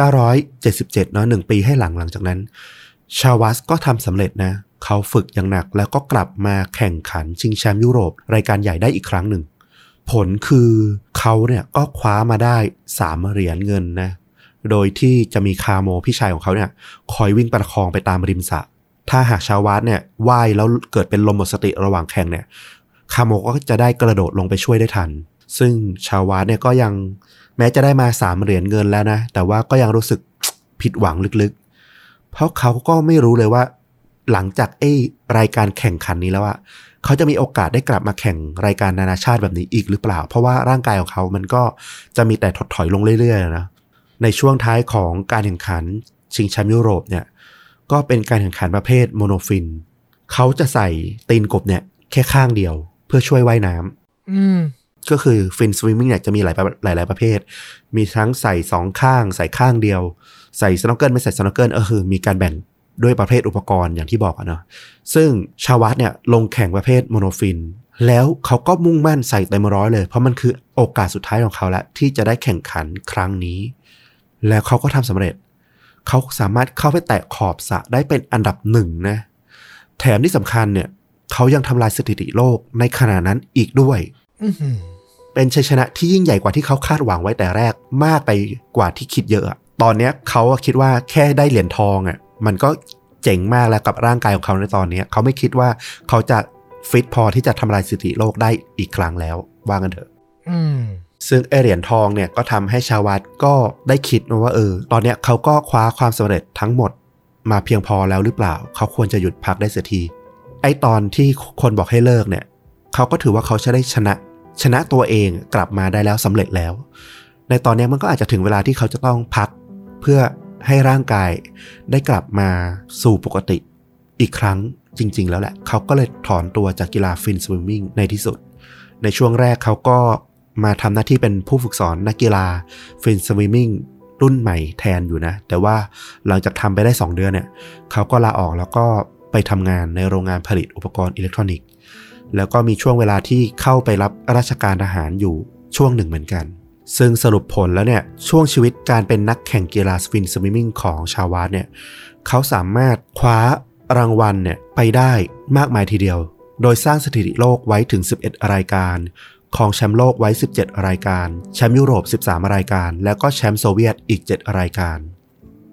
1977 เนาะ1 ปีให้หลังจากนั้นชาวัสก็ทำสำเร็จนะเขาฝึกอย่างหนักแล้วก็กลับมาแข่งขันชิงแชมป์ยุโรปรายการใหญ่ได้อีกครั้งหนึ่งผลคือเขาเนี่ยก็คว้ามาได้3 เหรียญเงินนะโดยที่จะมีคาโมพี่ชายของเขาเนี่ยคอยวิ่งประคองไปตามริมสระถ้าหากชาวัสเนี่ยว่ายแล้วเกิดเป็นลมหมดสติระหว่างแข่งเนี่ยคาโมก็จะได้กระโดดลงไปช่วยได้ทันซึ่งชาวัสเนี่ยก็ยังแม้จะได้มา3 เหรียญเงินแล้วนะแต่ว่าก็ยังรู้สึกผิดหวังลึกๆเพราะเขาก็ไม่รู้เลยว่าหลังจากรายการแข่งขันนี้แล้วเขาจะมีโอกาสได้กลับมาแข่งรายการนานาชาติแบบนี้อีกหรือเปล่าเพราะว่าร่างกายของเขามันก็จะมีแต่ถดถอยลงเรื่อยๆนะในช่วงท้ายของการแข่งขันชิงแชมป์ยุโรปเนี่ยก็เป็นการแข่งขันประเภทโมโนฟินเขาจะใส่ตีนกบเนี่ยแค่ข้างเดียวเพื่อช่วยว่ายน้ำก็คือฟินสวิมมิ่งเนี่ยจะมีหลายประเภทมีทั้งใส่2 ข้างใส่ข้างเดียวใส่สโนว์เกิลไม่ใส่สโนว์เกิลคือมีการแบ่งด้วยประเภทอุปกรณ์อย่างที่บอกเนาะซึ่งชาวัสเนี่ยลงแข่งประเภทโมโนฟินแล้วเขาก็มุ่งมั่นใส่เต็มร้อยเลยเพราะมันคือโอกาสสุดท้ายของเขาแล้วที่จะได้แข่งขันครั้งนี้แล้วเขาก็ทำสำเร็จเขาสามารถเข้าไปแตะขอบสระได้เป็นอันดับ1นะแถมที่สำคัญเนี่ยเขายังทำลายสถิติโลกในขณะนั้นอีกด้วยเป็นชัยชนะที่ยิ่งใหญ่กว่าที่เขาคาดหวังไว้แต่แรกมากไปกว่าที่คิดเยอะตอนนี้เขาคิดว่าแค่ได้เหรียญทองมันก็เจ๋งมากแล้วกับร่างกายของเขาในตอนนี้เขาไม่คิดว่าเขาจะฟิตพอที่จะทำลายสถิติโลกได้อีกครั้งแล้วว่ากันเถอะซึ่งเหรียญทองเนี่ยก็ทำให้ชาวัสก็ได้คิดว่าตอนนี้เขาก็คว้าความสำเร็จทั้งหมดมาเพียงพอแล้วหรือเปล่าเขาควรจะหยุดพักได้เสียทีตอนที่คนบอกให้เลิกเนี่ยเขาก็ถือว่าเขาจะได้ชนะตัวเองกลับมาได้แล้วสำเร็จแล้วในตอนนี้มันก็อาจจะถึงเวลาที่เขาจะต้องพักเพื่อให้ร่างกายได้กลับมาสู่ปกติอีกครั้งจริงๆแล้วแหละเขาก็เลยถอนตัวจากกีฬาฟินสวิมมิ่งในที่สุดในช่วงแรกเขาก็มาทำหน้าที่เป็นผู้ฝึกสอนนักกีฬาฟินสวิมมิ่งรุ่นใหม่แทนอยู่นะแต่ว่าหลังจากทำไปได้2 เดือนเนี่ยเขาก็ลาออกแล้วก็ไปทำงานในโรงงานผลิตอุปกรณ์อิเล็กทรอนิกส์แล้วก็มีช่วงเวลาที่เข้าไปรับราชการทหารอยู่ช่วงหนึ่งเหมือนกันซึ่งสรุปผลแล้วเนี่ยช่วงชีวิตการเป็นนักแข่งกีฬาฟินสวิมมิ่งของชาวัสเนี่ยเขาสามารถคว้ารางวัลเนี่ยไปได้มากมายทีเดียวโดยสร้างสถิติโลกไว้ถึง11 รายการครองแชมป์โลกไว้17 รายการแชมป์ยุโรป13 รายการแล้วก็แชมป์โซเวียตอีก7 รายการ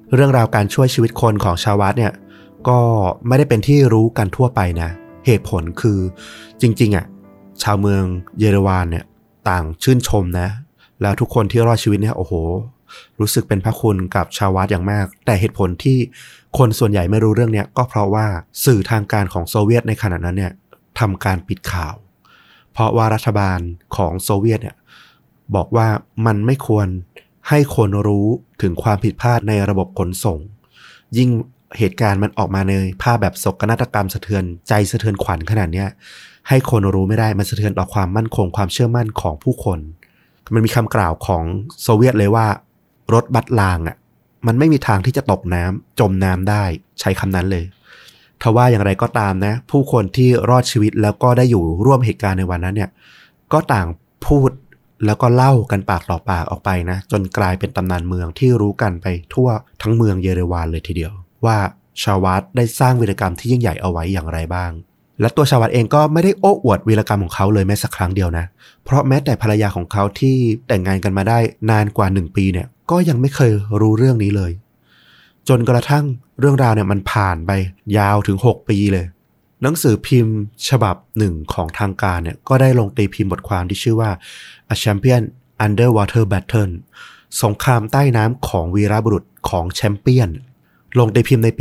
เรื่องราวการช่วยชีวิตคนของชาววัดเนี่ยก็ไม่ได้เป็นที่รู้กันทั่วไปนะเหตุผลคือจริงๆชาวเมืองเยเรวานเนี่ยต่างชื่นชมนะแล้วทุกคนที่รอดชีวิตเนี่ยโอ้โหรู้สึกเป็นพระคุณกับชาววัดอย่างมากแต่เหตุผลที่คนส่วนใหญ่ไม่รู้เรื่องนี้ก็เพราะว่าสื่อทางการของโซเวียตในขณะนั้นเนี่ยทำการปิดข่าวเพราะว่ารัฐบาลของโซเวียตเนี่ยบอกว่ามันไม่ควรให้คนรู้ถึงความผิดพลาดในระบบขนส่งยิ่งเหตุการณ์มันออกมาในภาพแบบโศกนาฏกรรมสะเทือนใจสะเทือนขวัญขนาดนี้ให้คนรู้ไม่ได้มันสะเทือนต่อความมั่นคงความเชื่อมั่นของผู้คนมันมีคำกล่าวของโซเวียตเลยว่ารถบัสรางมันไม่มีทางที่จะตกน้ำจมน้ำได้ใช้คำนั้นเลยทว่าอย่างไรก็ตามนะผู้คนที่รอดชีวิตแล้วก็ได้อยู่ร่วมเหตุการณ์ในวันนั้นเนี่ยก็ต่างพูดแล้วก็เล่ากันปากต่อปากออกไปนะจนกลายเป็นตำนานเมืองที่รู้กันไปทั่วทั้งเมืองเยเรวานเลยทีเดียวว่าชาววัดได้สร้างวีรกรรมที่ยิ่งใหญ่เอาไว้อย่างไรบ้างและตัวชาววัดเองก็ไม่ได้โอ้อวดวีรกรรมของเขาเลยแม้สักครั้งเดียวนะเพราะแม้แต่ภรรยาของเขาที่แต่งงานกันมาได้นานกว่า1 ปีเนี่ยก็ยังไม่เคยรู้เรื่องนี้เลยจนกระทั่งเรื่องราวเนี่ยมันผ่านไปยาวถึง6 ปีเลยหนังสือพิมพ์ฉบับ1ของทางการเนี่ยก็ได้ลงตีพิมพ์บทความที่ชื่อว่า A Champion Underwater Battle สงครามใต้น้ำของวีรบุรุษของแชมเปี้ยนลงตีพิมพ์ในปี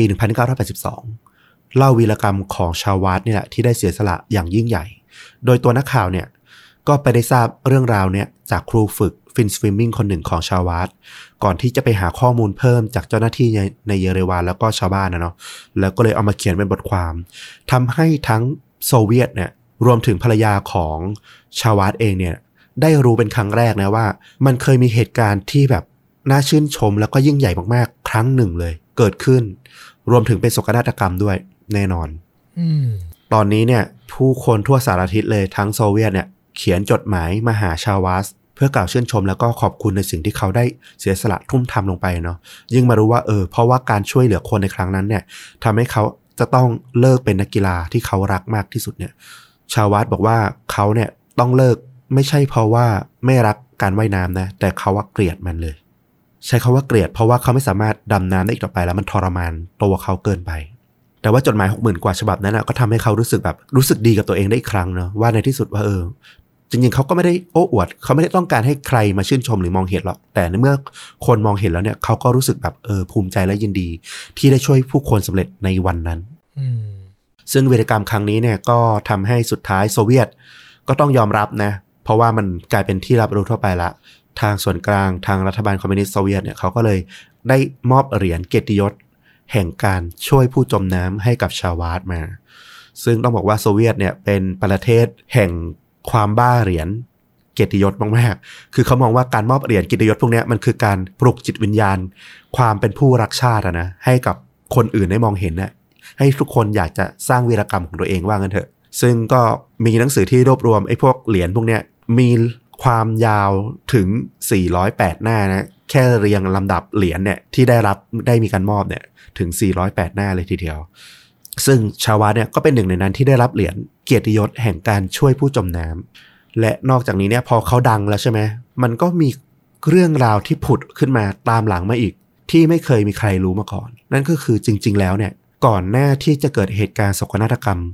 1982 เล่าวีรกรรมของชาววัดนี่แหละที่ได้เสียสละอย่างยิ่งใหญ่โดยตัวนักข่าวเนี่ยก็ไปได้ทราบเรื่องราวเนี่ยจากครูฝึกฟินสวิมมิ่งคนหนึ่งของชาววัดก่อนที่จะไปหาข้อมูลเพิ่มจากเจ้าหน้าที่ในเยเรวานแล้วก็ชาวบ้านนะเนาะแล้วก็เลยเอามาเขียนเป็นบทความทำให้ทั้งโซเวียตเนี่ยรวมถึงภรรยาของชาววัดเองเนี่ยได้รู้เป็นครั้งแรกนะว่ามันเคยมีเหตุการณ์ที่แบบน่าชื่นชมแล้วก็ยิ่งใหญ่มากๆครั้งหนึ่งเลยเกิดขึ้นรวมถึงเป็นโศกนาฏกรรมด้วยแน่นอนตอนนี้เนี่ยผู้คนทั่วสารทิศเลยทั้งโซเวียตเนี่ยเขียนจดหมายมาหาชาววัดเพื่อกล่าวชื่นชมแล้วก็ขอบคุณในสิ่งที่เขาได้เสียสละทุ่มทำลงไปเนาะยิ่งมารู้ว่าเพราะว่าการช่วยเหลือคนในครั้งนั้นเนี่ยทำให้เขาจะต้องเลิกเป็นนักกีฬาที่เขารักมากที่สุดเนี่ยชาววัดบอกว่าเขาเนี่ยต้องเลิกไม่ใช่เพราะว่าไม่รักการว่ายน้ำนะแต่เขาว่าเกลียดมันเลยใช้คำว่าเกลียดเพราะว่าเขาไม่สามารถดำน้ำได้อีกต่อไปแล้วมันทรมานตัวเขาเกินไปแต่ว่าจดหมาย 60,000 กว่าฉบับนั้นก็ทำให้เขารู้สึกดีกับตัวเองได้อีกครั้งเนาะว่าในที่สุดว่าจริงๆเขาก็ไม่ได้โอ้อวดเขาไม่ได้ต้องการให้ใครมาชื่นชมหรือมองเห็นหรอกแต่ในเมื่อคนมองเห็นแล้วเนี่ยเขาก็รู้สึกแบบภูมิใจและยินดีที่ได้ช่วยผู้คนสำเร็จในวันนั้นซึ่งวีรกรรมครั้งนี้เนี่ยก็ทำให้สุดท้ายโซเวียตก็ต้องยอมรับนะเพราะว่ามันกลายเป็นที่รับรู้ทั่วไปละทางส่วนกลางทางรัฐบาลคอมมิวนิสต์โซเวียตเนี่ยเขาก็เลยได้มอบเหรียญเกียรติยศแห่งการช่วยผู้จมน้ำให้กับชาววัดมาซึ่งต้องบอกว่าโซเวียตเนี่ยเป็นประเทศแห่งความบ้าเหรียญเกียรติยศมากๆคือเขามองว่าการมอบเหรียญเกียรติยศพวกนี้มันคือการปลุกจิตวิญญาณความเป็นผู้รักชาตินะให้กับคนอื่นได้มองเห็นนะให้ทุกคนอยากจะสร้างวีรกรรมของตัวเองว่างั้นเถอะซึ่งก็มีหนังสือที่รวบรวมไอ้พวกเหรียญพวกนี้มีความยาวถึง408หน้านะแค่เรียงลำดับเหรียญเนี่ยที่ได้มีการมอบเนี่ยถึง408หน้าเลยทีเดียวซึ่งชาววัดเนี่ยก็เป็นหนึ่งในนั้นที่ได้รับเหรียญเกียรติยศแห่งการช่วยผู้จมน้ำและนอกจากนี้เนี่ยพอเขาดังแล้วใช่ไหมมันก็มีเรื่องราวที่ผุดขึ้นมาตามหลังมาอีกที่ไม่เคยมีใครรู้มาก่อนนั่นก็คือจริงๆแล้วเนี่ยก่อนหน้าที่จะเกิดเหตุการณ์โศกนาฏกรรม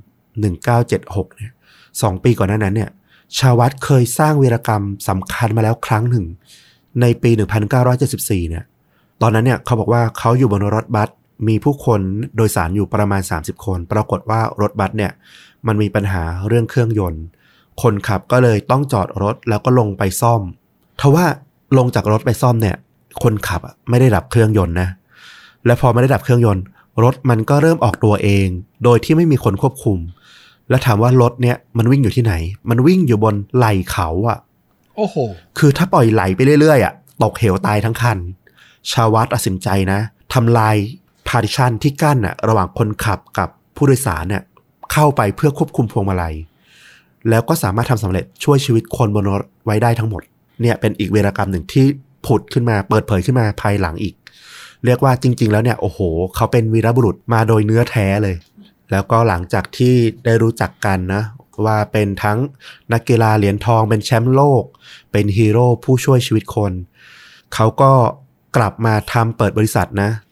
1976เนี่ย2 ปีก่อนหน้านั้นเนี่ยชาววัดเคยสร้างวีรกรรมสำคัญมาแล้วครั้งหนึ่งในปี 1974เนี่ยตอนนั้นเนี่ยเขาบอกว่าเขาอยู่บนรถบัสมีผู้คนโดยสารอยู่ประมาณ30 คนปรากฏว่ารถบัสเนี่ยมันมีปัญหาเรื่องเครื่องยนต์คนขับก็เลยต้องจอดรถแล้วก็ลงไปซ่อมทว่าลงจากรถไปซ่อมเนี่ยคนขับไม่ได้ดับเครื่องยนต์นะและพอไม่ได้ดับเครื่องยนต์รถมันก็เริ่มออกตัวเองโดยที่ไม่มีคนควบคุมแล้วถามว่ารถเนี่ยมันวิ่งอยู่ที่ไหนมันวิ่งอยู่บนไหล่เขาโอ้โหคือถ้าปล่อยไหลไปเรื่อยๆตกเหวตายทั้งคันชาววัดตัดสินใจนะทำลายpartition ที่กั้นระหว่างคนขับกับผู้โดยสารเนี่ยเข้าไปเพื่อควบคุมพวงมาลัยแล้วก็สามารถทำสำเร็จช่วยชีวิตคนบนรถไว้ได้ทั้งหมดเนี่ยเป็นอีกวีรกรรมหนึ่งที่ผุดขึ้นมาเปิดเผยขึ้นมาภายหลังอีกเรียกว่าจริงๆแล้วเนี่ยโอ้โหเขาเป็นวีรบุรุษมาโดยเนื้อแท้เลยแล้วก็หลังจากที่ได้รู้จักกันนะว่าเป็นทั้งนักกีฬาเหรียญทองเป็นแชมป์โลกเป็นฮีโร่ผู้ช่วยชีวิตคนเขาก็กลับมาเปิดบริษัทนะ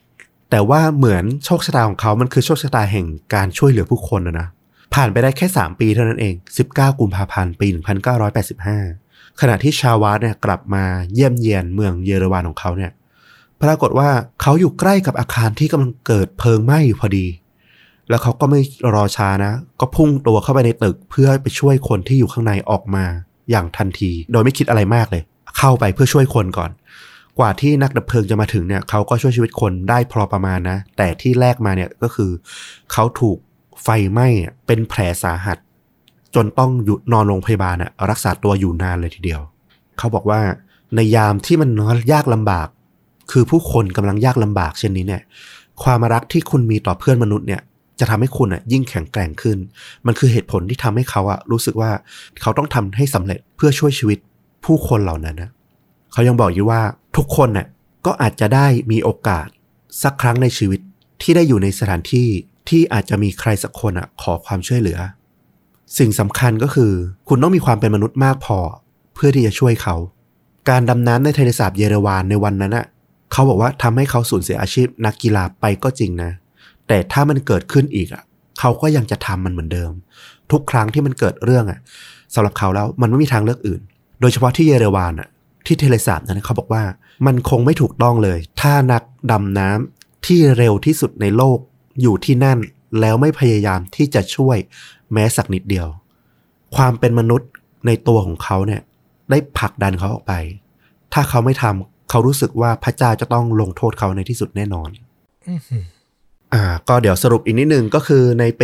แต่ว่าเหมือนโชคชะตาของเขามันคือโชคชะตาแห่งการช่วยเหลือผู้คนนะผ่านไปได้แค่3ปีเท่านั้นเอง19กุมภาพันธ์ปี1985ขณะที่ชาวาสเนี่ยกลับมาเยี่ยมเยียนเมืองเยเรวานของเขาเนี่ยปรากฏว่าเขาอยู่ใกล้กับอาคารที่กำลังเกิดเพลิงไหม้อยู่พอดีแล้วเขาก็ไม่รอช้านะก็พุ่งตัวเข้าไปในตึกเพื่อไปช่วยคนที่อยู่ข้างในออกมาอย่างทันทีโดยไม่คิดอะไรมากเลยเข้าไปเพื่อช่วยคนก่อนกว่าที่นักดับเพลิงจะมาถึงเนี่ยเขาก็ช่วยชีวิตคนได้พอประมาณนะแต่ที่แรกมาเนี่ยก็คือเขาถูกไฟไหม้เป็นแผลสาหัสจนต้องนอนโรงพยาบาลรักษาตัวอยู่นานเลยทีเดียวเขาบอกว่าในยามที่มันยากลำบากคือผู้คนกำลังยากลำบากเช่นนี้เนี่ยความรักที่คุณมีต่อเพื่อนมนุษย์เนี่ยจะทำให้คุณยิ่งแข็งแกร่งขึ้นมันคือเหตุผลที่ทำให้เขารู้สึกว่าเขาต้องทำให้สำเร็จเพื่อช่วยชีวิตผู้คนเหล่านั้นนะเขายังบอกอยู่ว่าทุกคนก็อาจจะได้มีโอกาสสักครั้งในชีวิตที่ได้อยู่ในสถานที่ที่อาจจะมีใครสักคนขอความช่วยเหลือสิ่งสำคัญก็คือคุณต้องมีความเป็นมนุษย์มากพอเพื่อที่จะช่วยเขาการดำน้ำในทะเลสาบเยเรวานในวันนั้นเขาบอกว่าทำให้เขาสูญเสียอาชีพนักกีฬาไปก็จริงนะแต่ถ้ามันเกิดขึ้นอีกเขาก็ยังจะทำมันเหมือนเดิมทุกครั้งที่มันเกิดเรื่องสำหรับเขาแล้วมันไม่มีทางเลือกอื่นโดยเฉพาะที่เยเรวานที่ทะเลสาบนั้นเขาบอกว่ามันคงไม่ถูกต้องเลยถ้านักดำน้ำที่เร็วที่สุดในโลกอยู่ที่นั่นแล้วไม่พยายามที่จะช่วยแม้สักนิดเดียวความเป็นมนุษย์ในตัวของเขาเนี่ยได้ผลักดันเขาออกไปถ้าเขาไม่ทำเขารู้สึกว่าพระเจ้าจะต้องลงโทษเขาในที่สุดแน่นอนก็เดี๋ยวสรุปอีกนิดนึงก็คือในปี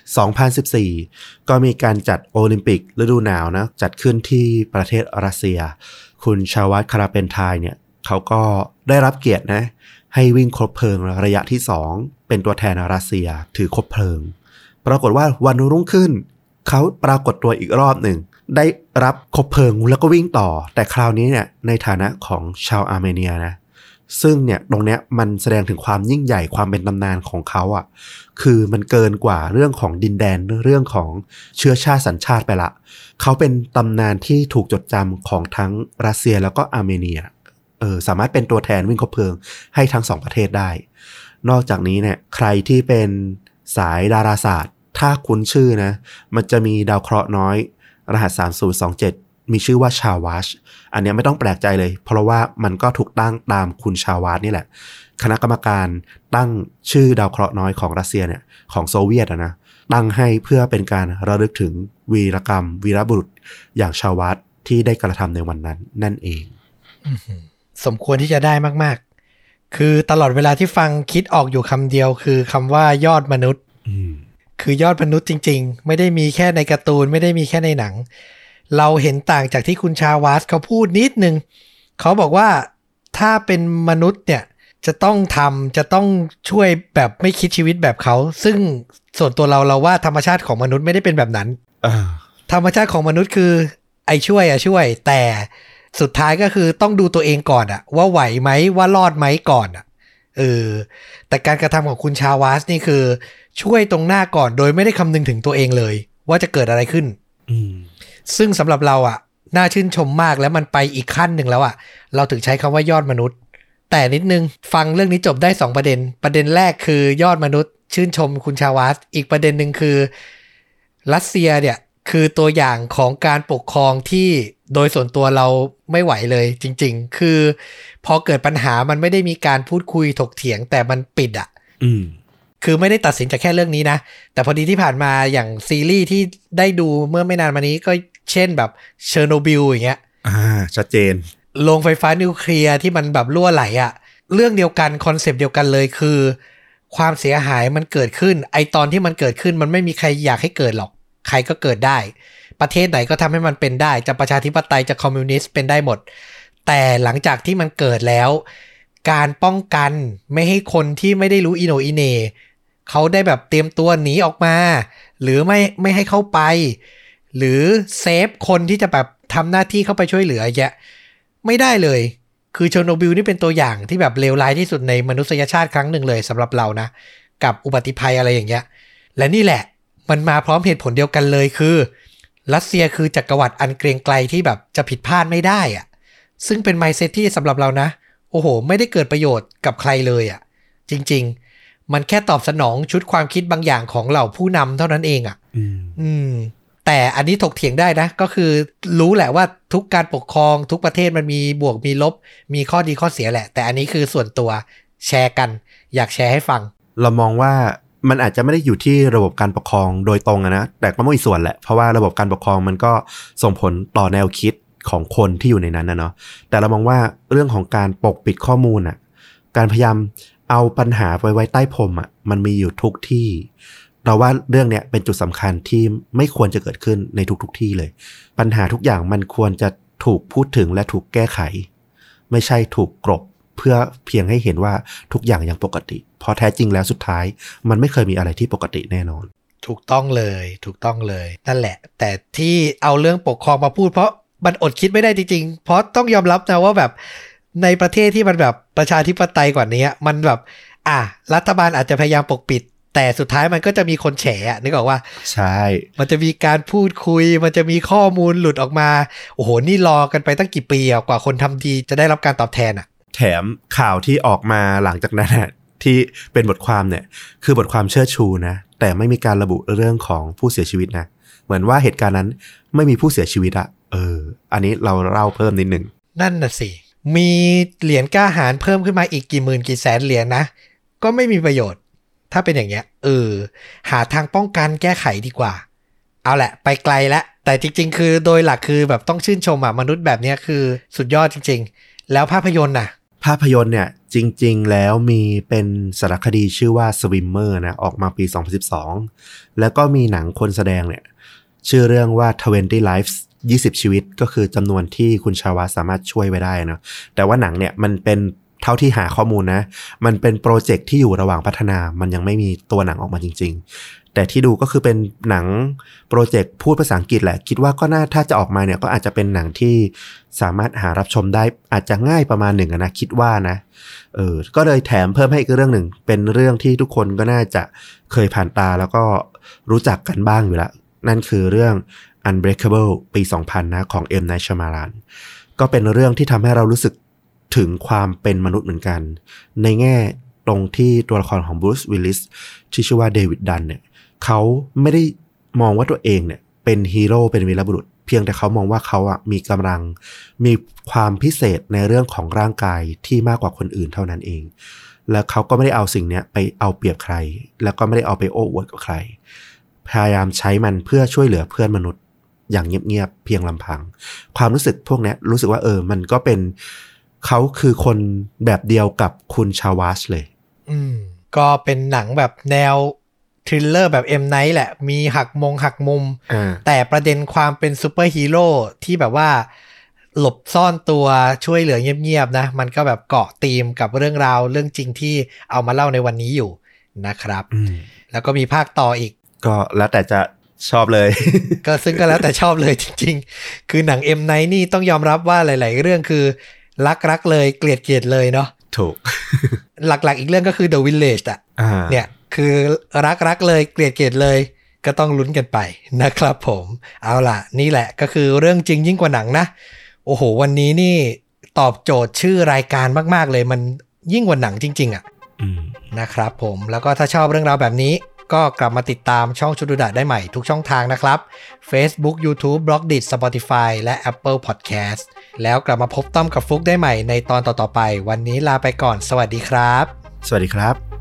2014 ก็มีการจัดโอลิมปิกฤดูหนาวนะจัดขึ้นที่ประเทศรัสเซียคุณชาวัต คาราเปนไทน์เนี่ยเขาก็ได้รับเกียรตินะให้วิ่งคบเพลิงระยะที่2เป็นตัวแทนรัสเซียถือคบเพลิงปรากฏว่าวันรุ่งขึ้นเขาปรากฏตัวอีกรอบหนึ่งได้รับคบเพลิงแล้วก็วิ่งต่อแต่คราวนี้เนี่ยในฐานะของชาวอาร์เมเนียนะซึ่งเนี่ยตรงเนี้ยมันแสดงถึงความยิ่งใหญ่ความเป็นตำนานของเขาคือมันเกินกว่าเรื่องของดินแดนเรื่องของเชื้อชาติสัญชาติไปละเขาเป็นตำนานที่ถูกจดจำของทั้งรัสเซียแล้วก็อาร์เมเนียสามารถเป็นตัวแทนวิ่งคบเพลิงให้ทั้ง2ประเทศได้นอกจากนี้เนี่ยใครที่เป็นสายดาราศาสตร์ถ้าคุ้นชื่อนะมันจะมีดาวเคราะห์น้อยรหัส3027มีชื่อว่าชาวาชอันนี้ไม่ต้องแปลกใจเลยเพราะว่ามันก็ถูกตั้งตามคุณชาวาชนี่แหละคณะกรรมการตั้งชื่อดาวเคราะห์น้อยของรัสเซียเนี่ยของโซเวียตนะตั้งให้เพื่อเป็นการระลึกถึงวีรกรรมวีรบุรุษอย่างชาวาชที่ได้กระทำในวันนั้นนั่นเองสมควรที่จะได้มากๆคือตลอดเวลาที่ฟังคิดออกอยู่คำเดียวคือคำว่ายอดมนุษย์คือยอดมนุษย์จริงๆไม่ได้มีแค่ในการ์ตูนไม่ได้มีแค่ในหนังเราเห็นต่างจากที่คุณชาวาสเขาพูดนิดนึงเขาบอกว่าถ้าเป็นมนุษย์เนี่ยจะต้องช่วยแบบไม่คิดชีวิตแบบเขาซึ่งส่วนตัวเราว่าธรรมชาติของมนุษย์ไม่ได้เป็นแบบนั้นธรรมชาติของมนุษย์คือไอ้ช่วยแต่สุดท้ายก็คือต้องดูตัวเองก่อนว่าไหวไหมว่ารอดไหมก่อนแต่การกระทำของคุณชาวาสนี่คือช่วยตรงหน้าก่อนโดยไม่ได้คำนึงถึงตัวเองเลยว่าจะเกิดอะไรขึ้นซึ่งสำหรับเราน่าชื่นชมมากแล้วมันไปอีกขั้นหนึ่งแล้วเราถึงใช้คำว่ายอดมนุษย์แต่นิดนึงฟังเรื่องนี้จบได้2ประเด็นแรกคือยอดมนุษย์ชื่นชมคุณชาวาสอีกประเด็นหนึ่งคือรัสเซียเนี่ยคือตัวอย่างของการปกครองที่โดยส่วนตัวเราไม่ไหวเลยจริงๆคือพอเกิดปัญหามันไม่ได้มีการพูดคุยถกเถียงแต่มันปิดคือไม่ได้ตัดสินจากแค่เรื่องนี้นะแต่พอดีที่ผ่านมาอย่างซีรีส์ที่ได้ดูเมื่อไม่นานมานี้ก็เช่นแบบเชอร์โนบิลอย่างเงี้ยชัดเจนโรงไฟฟ้านิวเคลียร์ที่มันแบบรั่วไหลเรื่องเดียวกันคอนเซปต์เดียวกันเลยคือความเสียหายมันเกิดขึ้นไอตอนที่มันเกิดขึ้นมันไม่มีใครอยากให้เกิดหรอกใครก็เกิดได้ประเทศไหนก็ทำให้มันเป็นได้จะประชาธิปไตยจะคอมมิวนิสต์เป็นได้หมดแต่หลังจากที่มันเกิดแล้วการป้องกันไม่ให้คนที่ไม่ได้รู้อิโหนอิเหน่เขาได้แบบเตรียมตัวหนีออกมาหรือไม่ให้เข้าไปหรือเซฟคนที่จะแบบทำหน้าที่เข้าไปช่วยเหลือไม่ได้เลยคือเชอร์โนบิลนี่เป็นตัวอย่างที่แบบเลวร้ายที่สุดในมนุษยชาติครั้งหนึ่งเลยสำหรับเรานะกับอุบัติภัยอะไรอย่างเงี้ยและนี่แหละมันมาพร้อมเหตุผลเดียวกันเลยคือรัสเซียคือจักรวรรดิอันเกรียงไกรที่แบบจะผิดพลาดไม่ได้ซึ่งเป็น mindset ที่สำหรับเรานะโอ้โหไม่ได้เกิดประโยชน์กับใครเลยจจริงๆมันแค่ตอบสนองชุดความคิดบางอย่างของเหล่าผู้นำเท่านั้นเองอ่ะแต่อันนี้ถกเถียงได้นะก็คือรู้แหละว่าทุกการปกครองทุกประเทศมันมีบวกมีลบมีข้อดีข้อเสียแหละแต่อันนี้คือส่วนตัวแชร์กันอยากแชร์ให้ฟังเรามองว่ามันอาจจะไม่ได้อยู่ที่ระบบการปกครองโดยตรงนะแต่ก็ไม่มีส่วนแหละเพราะว่าระบบการปกครองมันก็ส่งผลต่อแนวคิดของคนที่อยู่ในนั้นนะเนาะแต่เรามองว่าเรื่องของการปกปิดข้อมูลอ่ะการพยายามเอาปัญหาไปไว้ใต้พรมอ่ะมันมีอยู่ทุกที่เราว่าเรื่องเนี้ยเป็นจุดสำคัญที่ไม่ควรจะเกิดขึ้นในทุกที่เลยปัญหาทุกอย่างมันควรจะถูกพูดถึงและถูกแก้ไขไม่ใช่ถูกกลบเพื่อเพียงให้เห็นว่าทุกอย่างยังปกติเพราะแท้จริงแล้วสุดท้ายมันไม่เคยมีอะไรที่ปกติแน่นอนถูกต้องเลยนั่นแหละแต่ที่เอาเรื่องปกครองมาพูดเพราะมันอดคิดไม่ได้จริงๆเพราะต้องยอมรับนะว่าแบบในประเทศที่มันแบบประชาธิปไตยกว่านี้มันแบบรัฐบาลอาจจะพยายามปกปิดแต่สุดท้ายมันก็จะมีคนแฉนึกออกว่าใช่มันจะมีการพูดคุยมันจะมีข้อมูลหลุดออกมาโอ้โหนี่รอกันไปตั้งกี่ปีกว่าคนทำดีจะได้รับการตอบแทนแถมข่าวที่ออกมาหลังจากนั้นที่เป็นบทความเนี่ยคือบทความเชิดชูนะแต่ไม่มีการระบุเรื่องของผู้เสียชีวิตนะเหมือนว่าเหตุการณ์นั้นไม่มีผู้เสียชีวิตอันนี้เราเล่าเพิ่มนิดนึงนั่นน่ะสิมีเหรียญกล้าหาญเพิ่มขึ้นมาอีกกี่หมื่นกี่แสนเหรียญนะก็ไม่มีประโยชน์ถ้าเป็นอย่างเงี้ยหาทางป้องกันแก้ไขดีกว่าเอาแหละไปไกลแล้วแต่จริงๆคือโดยหลักคือแบบต้องชื่นชมมนุษย์แบบนี้คือสุดยอดจริงๆแล้วภาพยนตร์เนี่ยจริงๆแล้วมีเป็นสารคดีชื่อว่า Swimmer นะออกมาปี 2012แล้วก็มีหนังคนแสดงเนี่ยชื่อเรื่องว่า 20 Lives 20 ชีวิตก็คือจำนวนที่คุณชาวาสามารถช่วยไว้ได้เนาะแต่ว่าหนังเนี่ยมันเป็นเท่าที่หาข้อมูลนะมันเป็นโปรเจกต์ที่อยู่ระหว่างพัฒนามันยังไม่มีตัวหนังออกมาจริงๆแต่ที่ดูก็คือเป็นหนังโปรเจกต์พูดภาษาอังกฤษแหละคิดว่าก็น่าถ้าจะออกมาเนี่ยก็อาจจะเป็นหนังที่สามารถหารับชมได้อาจจะง่ายประมาณหนึ่งนะคิดว่านะก็เลยแถมเพิ่มให้อีกเรื่องหนึ่งเป็นเรื่องที่ทุกคนก็น่าจะเคยผ่านตาแล้วก็รู้จักกันบ้างอยู่แล้วนั่นคือเรื่อง Unbreakable ปี 2000 นะของ M. Night Shyamalan ก็เป็นเรื่องที่ทำให้เรารู้สึกถึงความเป็นมนุษย์เหมือนกันในแง่ตรงที่ตัวละครของบรูซวิลลิสที่ชื่อว่าเดวิดดันเนี่ยเขาไม่ได้มองว่าตัวเองเนี่ยเป็นฮีโร่เป็นวีรบุรุษเพียงแต่เขามองว่าเขามีกำลังมีความพิเศษในเรื่องของร่างกายที่มากกว่าคนอื่นเท่านั้นเองแล้วเขาก็ไม่ได้เอาสิ่งนี้ไปเอาเปรียบใครแล้วก็ไม่ได้เอาไปโอ้อวดกับใครพยายามใช้มันเพื่อช่วยเหลือเพื่อนมนุษย์อย่างเงียบๆเพียงลำพังความรู้สึกพวกนี้รู้สึกว่ามันก็เป็นเขาคือคนแบบเดียวกับคุณชาวาสเลยก็เป็นหนังแบบแนวทริลเลอร์แบบ M Night แหละมีหักมุมแต่ประเด็นความเป็นซูเปอร์ฮีโร่ที่แบบว่าหลบซ่อนตัวช่วยเหลือเงียบๆนะมันก็แบบเกาะธีมกับเรื่องราวเรื่องจริงที่เอามาเล่าในวันนี้อยู่นะครับแล้วก็มีภาคต่ออีกก็แล้วแต่จะชอบเลยก็ซึ่งก็แล้วแต่ชอบเลยจริงๆคือหนัง M Night นี่ต้องยอมรับว่าหลายๆเรื่องคือรักเลยเกลียดเลยเนาะถูกหลักๆอีกเรื่องก็คือ The Village เนี่ยคือรักเลยเกลียดเลยก็ต้องลุ้นกันไปนะครับผมเอาล่ะนี่แหละก็คือเรื่องจริงยิ่งกว่าหนังนะโอ้โหวันนี้นี่ตอบโจทย์ชื่อรายการมากๆเลยมันยิ่งกว่าหนังจริงๆนะครับผมแล้วก็ถ้าชอบเรื่องราวแบบนี้ก็กลับมาติดตามช่องชุดุดะได้ใหม่ทุกช่องทางนะครับ Facebook YouTube Blogdit Spotify และ Apple Podcast แล้วกลับมาพบต้อมกับฟลุกได้ใหม่ในตอนต่อๆไปวันนี้ลาไปก่อนสวัสดีครับสวัสดีครับ